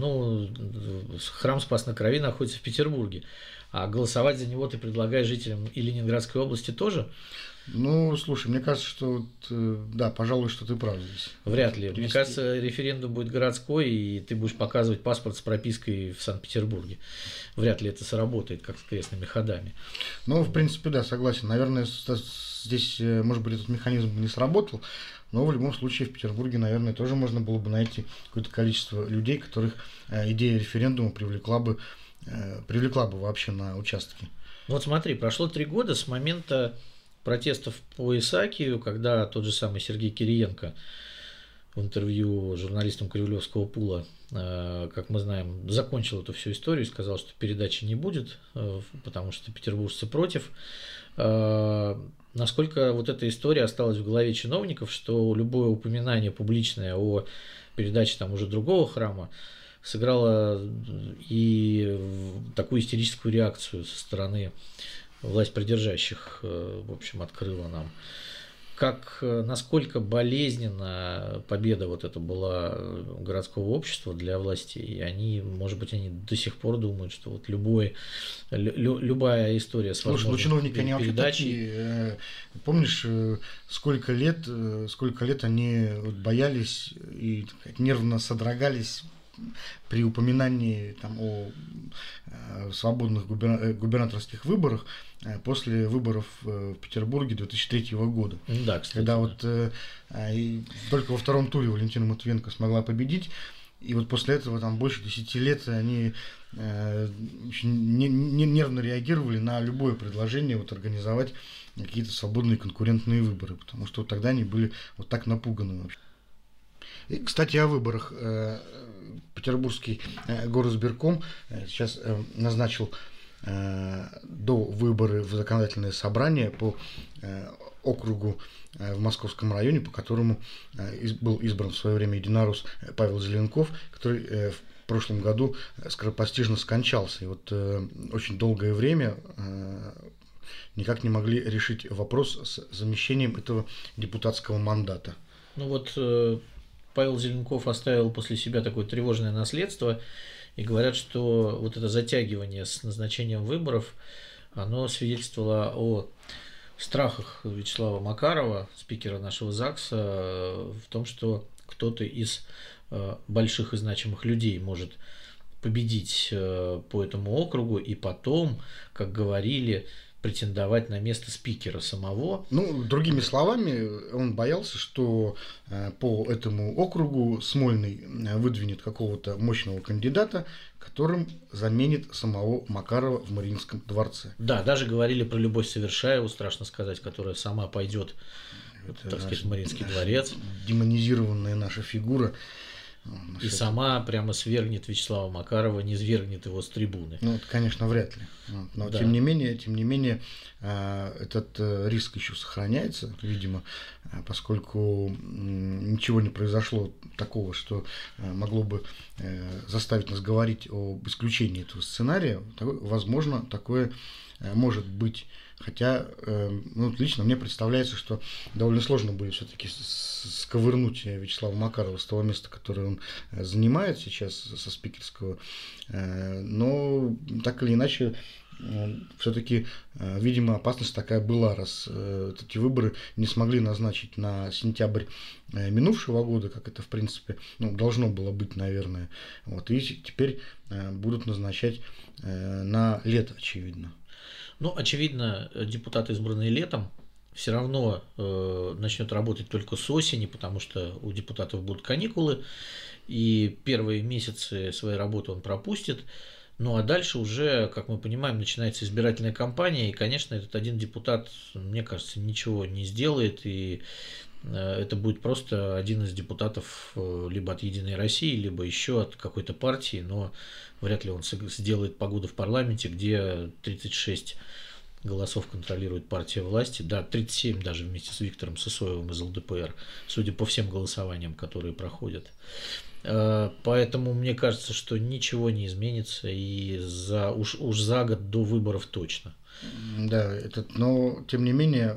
храм Спас на Крови находится в Петербурге, а голосовать за него ты предлагаешь жителям и Ленинградской области тоже? Ну, слушай, мне кажется, что да, пожалуй, что ты прав здесь. Вряд ли. Мне кажется, референдум будет городской, и ты будешь показывать паспорт с пропиской в Санкт-Петербурге. Вряд ли это сработает, как с крестными ходами. Ну, в принципе, да, согласен. Наверное, здесь, может быть, этот механизм не сработал, но в любом случае в Петербурге, наверное, тоже можно было бы найти какое-то количество людей, которых идея референдума привлекла бы вообще на участки. Вот смотри, прошло 3 года с момента протестов по Исаакиеву, когда тот же самый Сергей Кириенко в интервью журналистам Кривлевского пула, как мы знаем, закончил эту всю историю и сказал, что передачи не будет, потому что петербуржцы против. Насколько вот эта история осталась в голове чиновников, что любое упоминание публичное о передаче там уже другого храма сыграло и такую истерическую реакцию со стороны власть придержащих, в общем, открыла нам. Насколько болезненна победа вот эта была городского общества для властей, и они, может быть, они до сих пор думают, что вот любая история с возможной чиновники, они вообще такие, помнишь, сколько лет они боялись и нервно содрогались при упоминании там, о свободных губернаторских выборах после выборов в Петербурге 2003 года. Да, кстати. Когда вот только во втором туре Валентина Матвиенко смогла победить, и вот после этого там больше 10 лет они нервно реагировали на любое предложение вот, организовать какие-то свободные конкурентные выборы, потому что вот тогда они были вот так напуганы вообще. И, кстати, о выборах. Петербургский горосбирком сейчас назначил до выборы в законодательное собрание по округу в Московском районе, по которому был избран в свое время единорос Павел Зеленков, который в прошлом году скоропостижно скончался. И вот очень долгое время никак не могли решить вопрос с замещением этого депутатского мандата. Ну вот Павел Зеленков оставил после себя такое тревожное наследство, и говорят, что вот это затягивание с назначением выборов, оно свидетельствовало о страхах Вячеслава Макарова, спикера нашего ЗАГСа, в том, что кто-то из больших и значимых людей может победить по этому округу, и потом, как говорили, претендовать на место спикера самого. Ну, другими словами, он боялся, что по этому округу Смольный выдвинет какого-то мощного кандидата, которым заменит самого Макарова в Мариинском дворце. Да, даже говорили про Любовь Совершаеву, страшно сказать, которая сама пойдет, так сказать, в Мариинский дворец. Демонизированная наша фигура. И сама прямо свергнет Вячеслава Макарова, не свергнет его с трибуны. Ну, это, конечно, вряд ли. Но, да. тем не менее, этот риск еще сохраняется, видимо, поскольку ничего не произошло такого, что могло бы заставить нас говорить об исключении этого сценария. Возможно, такое может быть. Хотя, ну, лично мне представляется, что довольно сложно будет все-таки сковырнуть Вячеслава Макарова с того места, которое он занимает сейчас со спикерского. Но так или иначе, все-таки, видимо, опасность такая была, раз эти выборы не смогли назначить на сентябрь минувшего года, как это, в принципе, ну, должно было быть, наверное. Вот, и теперь будут назначать на лето, очевидно. Ну, очевидно, депутат, избранный летом, все равно начнет работать только с осени, потому что у депутатов будут каникулы, и первые месяцы своей работы он пропустит. Ну, а дальше уже, как мы понимаем, начинается избирательная кампания, и, конечно, этот один депутат, мне кажется, ничего не сделает, и это будет просто один из депутатов либо от «Единой России», либо еще от какой-то партии, но вряд ли он сделает погоду в парламенте, где 36 голосов контролирует партия власти, да, 37 даже вместе с Виктором Сысоевым из ЛДПР, судя по всем голосованиям, которые проходят. Поэтому мне кажется, что ничего не изменится и уж за год до выборов точно. Да, но тем не менее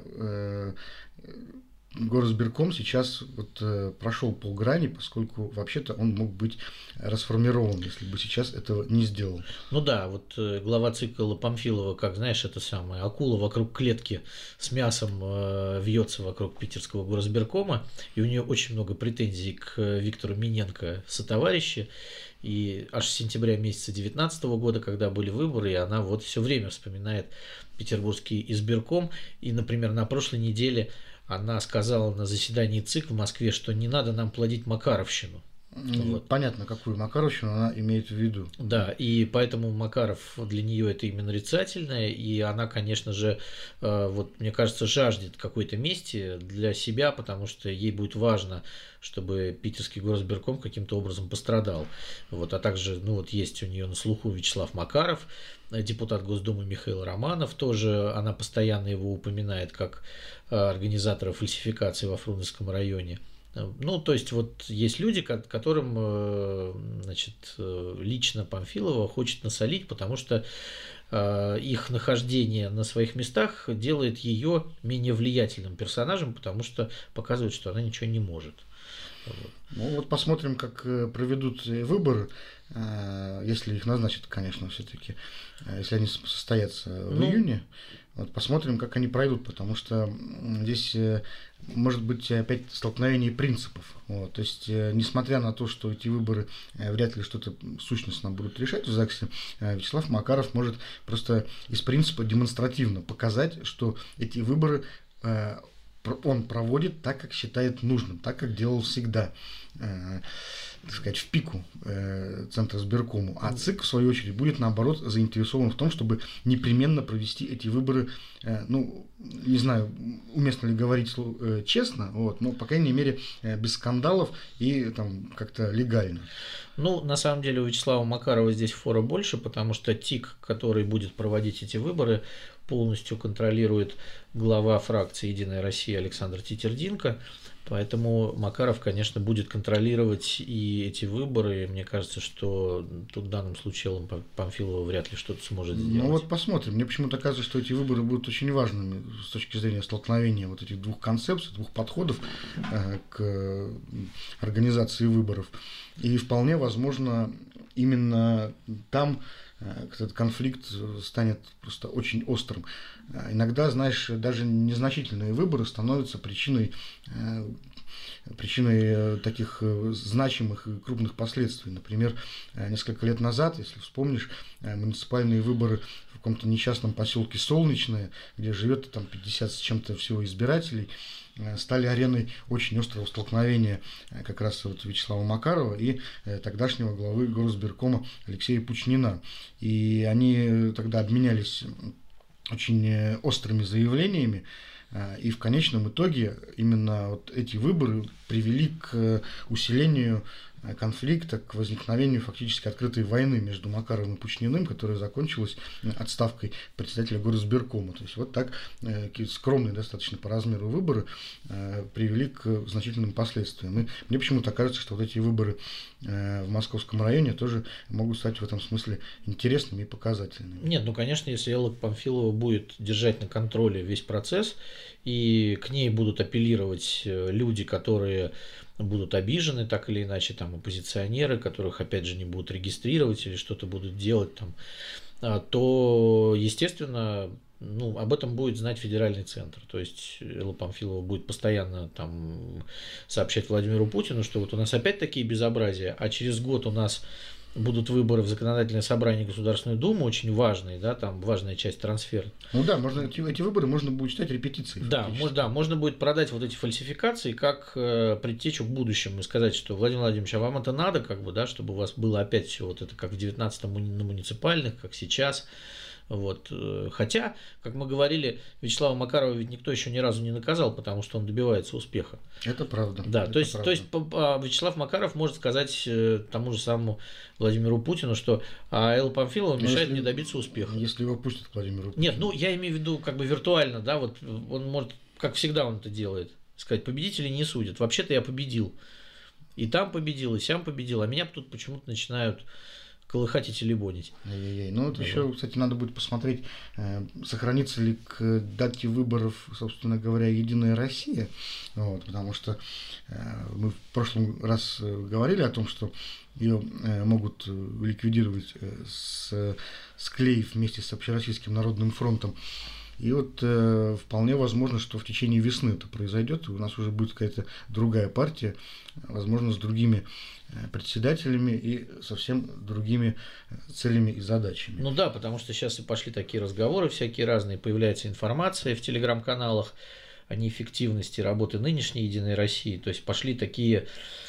Горосбирком сейчас вот прошел полграни, поскольку вообще-то он мог быть расформирован, если бы сейчас этого не сделал. Ну да, вот глава ЦИКа Памфилова, как знаешь, это самая акула вокруг клетки с мясом вьется вокруг питерского горосбиркома, и у нее очень много претензий к Виктору Миненко сотоварищи. И аж с сентября месяца 2019 года, когда были выборы, и она вот все время вспоминает петербургский избирком. И, например, на прошлой неделе она сказала на заседании ЦИК в Москве, что не надо нам плодить Макаровщину. Вот. Понятно, какую Макаровщину она имеет в виду. Да, и поэтому Макаров для нее это именно нарицательное, и она, конечно же, вот мне кажется, жаждет какой-то мести для себя, потому что ей будет важно, чтобы питерский горосбирком каким-то образом пострадал. Вот, а также, ну вот есть у нее на слуху Вячеслав Макаров, депутат Госдумы Михаил Романов, тоже она постоянно его упоминает как организатора фальсификации во Фрунзенском районе. Ну, то есть, вот есть люди, которым, значит, лично Памфилова хочет насолить, потому что их нахождение на своих местах делает ее менее влиятельным персонажем, потому что показывает, что она ничего не может. Вот. Ну, вот посмотрим, как проведут выборы, если их назначат, конечно, все-таки, если они состоятся в июне. Вот посмотрим, как они пройдут, потому что здесь может быть опять столкновение принципов. Вот. То есть, несмотря на то, что эти выборы вряд ли что-то сущностно будут решать в ЗАГСе, Вячеслав Макаров может просто из принципа демонстративно показать, что эти выборы он проводит так, как считает нужным, так, как делал всегда, так сказать, в пику Центризбиркому. А ЦИК, в свою очередь, будет, наоборот, заинтересован в том, чтобы непременно провести эти выборы, ну, не знаю, уместно ли говорить честно, вот, но, по крайней мере, без скандалов и там как-то легально. Ну, на самом деле, у Вячеслава Макарова здесь фора больше, потому что ТИК, который будет проводить эти выборы, полностью контролирует глава фракции «Единая Россия» Александр Тетердинко. Поэтому Макаров, конечно, будет контролировать и эти выборы. И мне кажется, что тут в данном случае Памфилова вряд ли что-то сможет сделать. Ну вот посмотрим. Мне почему-то кажется, что эти выборы будут очень важными с точки зрения столкновения вот этих двух концепций, двух подходов к организации выборов. И вполне возможно, именно там этот конфликт станет просто очень острым. Иногда, знаешь, даже незначительные выборы становятся причиной причиной таких значимых и крупных последствий. Например, несколько лет назад, если вспомнишь, муниципальные выборы в каком-то несчастном поселке Солнечное, где живет там 50 с чем-то всего избирателей, стали ареной очень острого столкновения как раз вот Вячеслава Макарова и тогдашнего главы Горосберкома Алексея Пучнина. И они тогда обменялись очень острыми заявлениями, и в конечном итоге именно вот эти выборы привели к усилению конфликта, к возникновению фактически открытой войны между Макаровым и Пучниным, которая закончилась отставкой председателя Горосберкома. То есть вот так скромные достаточно по размеру выборы привели к значительным последствиям. И мне почему-то кажется, что вот эти выборы в Московском районе тоже могут стать в этом смысле интересными и показательными. Нет, ну конечно, если Элла Памфилова будет держать на контроле весь процесс, и к ней будут апеллировать люди, которые будут обижены так или иначе, там оппозиционеры, которых опять же не будут регистрировать или что-то будут делать там, то, естественно, ну, об этом будет знать федеральный центр. То есть Элла Памфилова будет постоянно там сообщать Владимиру Путину, что вот у нас опять такие безобразия, а через год у нас будут выборы в Законодательное собрание Государственной Думы, очень важные, да, там важная часть трансфера. Ну да, можно, эти выборы можно будет считать репетицией. Да, можно будет продать вот эти фальсификации как предтечу к будущему и сказать, что Владимир Владимирович, а вам это надо, как бы, да, чтобы у вас было опять все вот это, как в 19-м на муниципальных, как сейчас. Вот. Хотя, как мы говорили, Вячеслава Макарова ведь никто еще ни разу не наказал, потому что он добивается успеха. Это правда. Да, это то есть правда. Вячеслав Макаров может сказать тому же самому Владимиру Путину, что Элла Памфилова мешает мне добиться успеха. Если его пустят к Владимиру Путину. Нет, ну я имею в виду как бы виртуально, да, вот он может, как всегда он это делает, сказать, победителей не судят. Вообще-то я победил. И там победил, и сям победил, а меня тут почему-то начинают колыхать и телебонить. Ну вот еще, кстати, надо будет посмотреть, сохранится ли к дате выборов, собственно говоря, Единая Россия. Вот, потому что мы в прошлом раз говорили о том, что ее могут ликвидировать, склеив вместе с Общероссийским народным фронтом. И вот вполне возможно, что в течение весны это произойдет, и у нас уже будет какая-то другая партия, возможно, с другими председателями и совсем другими целями и задачами. Ну да, потому что сейчас и пошли такие разговоры всякие разные, появляется информация в телеграм-каналах о неэффективности работы нынешней Единой России, то есть пошли такие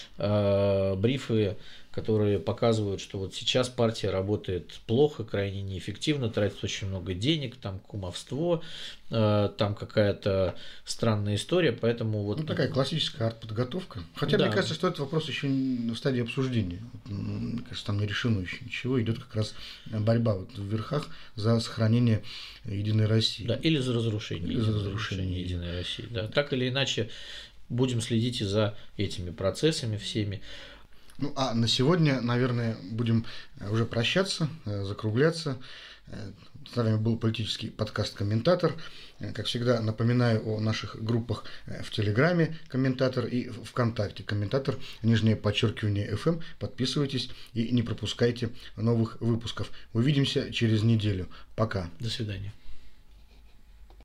брифы, которые показывают, что вот сейчас партия работает плохо, крайне неэффективно, тратит очень много денег, там кумовство, там какая-то странная история, поэтому вот... Ну, такая классическая артподготовка. Хотя, да. Мне кажется, что этот вопрос еще в стадии обсуждения. Мне кажется, там не решено еще ничего, идет как раз борьба вот в верхах за сохранение Единой России. Да, или за разрушение, Единой России. Да. Так или иначе, будем следить и за этими процессами всеми. Ну, а на сегодня, наверное, будем уже прощаться, закругляться. С вами был политический подкаст «Комментатор». Как всегда, напоминаю о наших группах в Телеграме «Комментатор» и ВКонтакте «Комментатор», _FM». Подписывайтесь и не пропускайте новых выпусков. Увидимся через неделю. Пока. До свидания.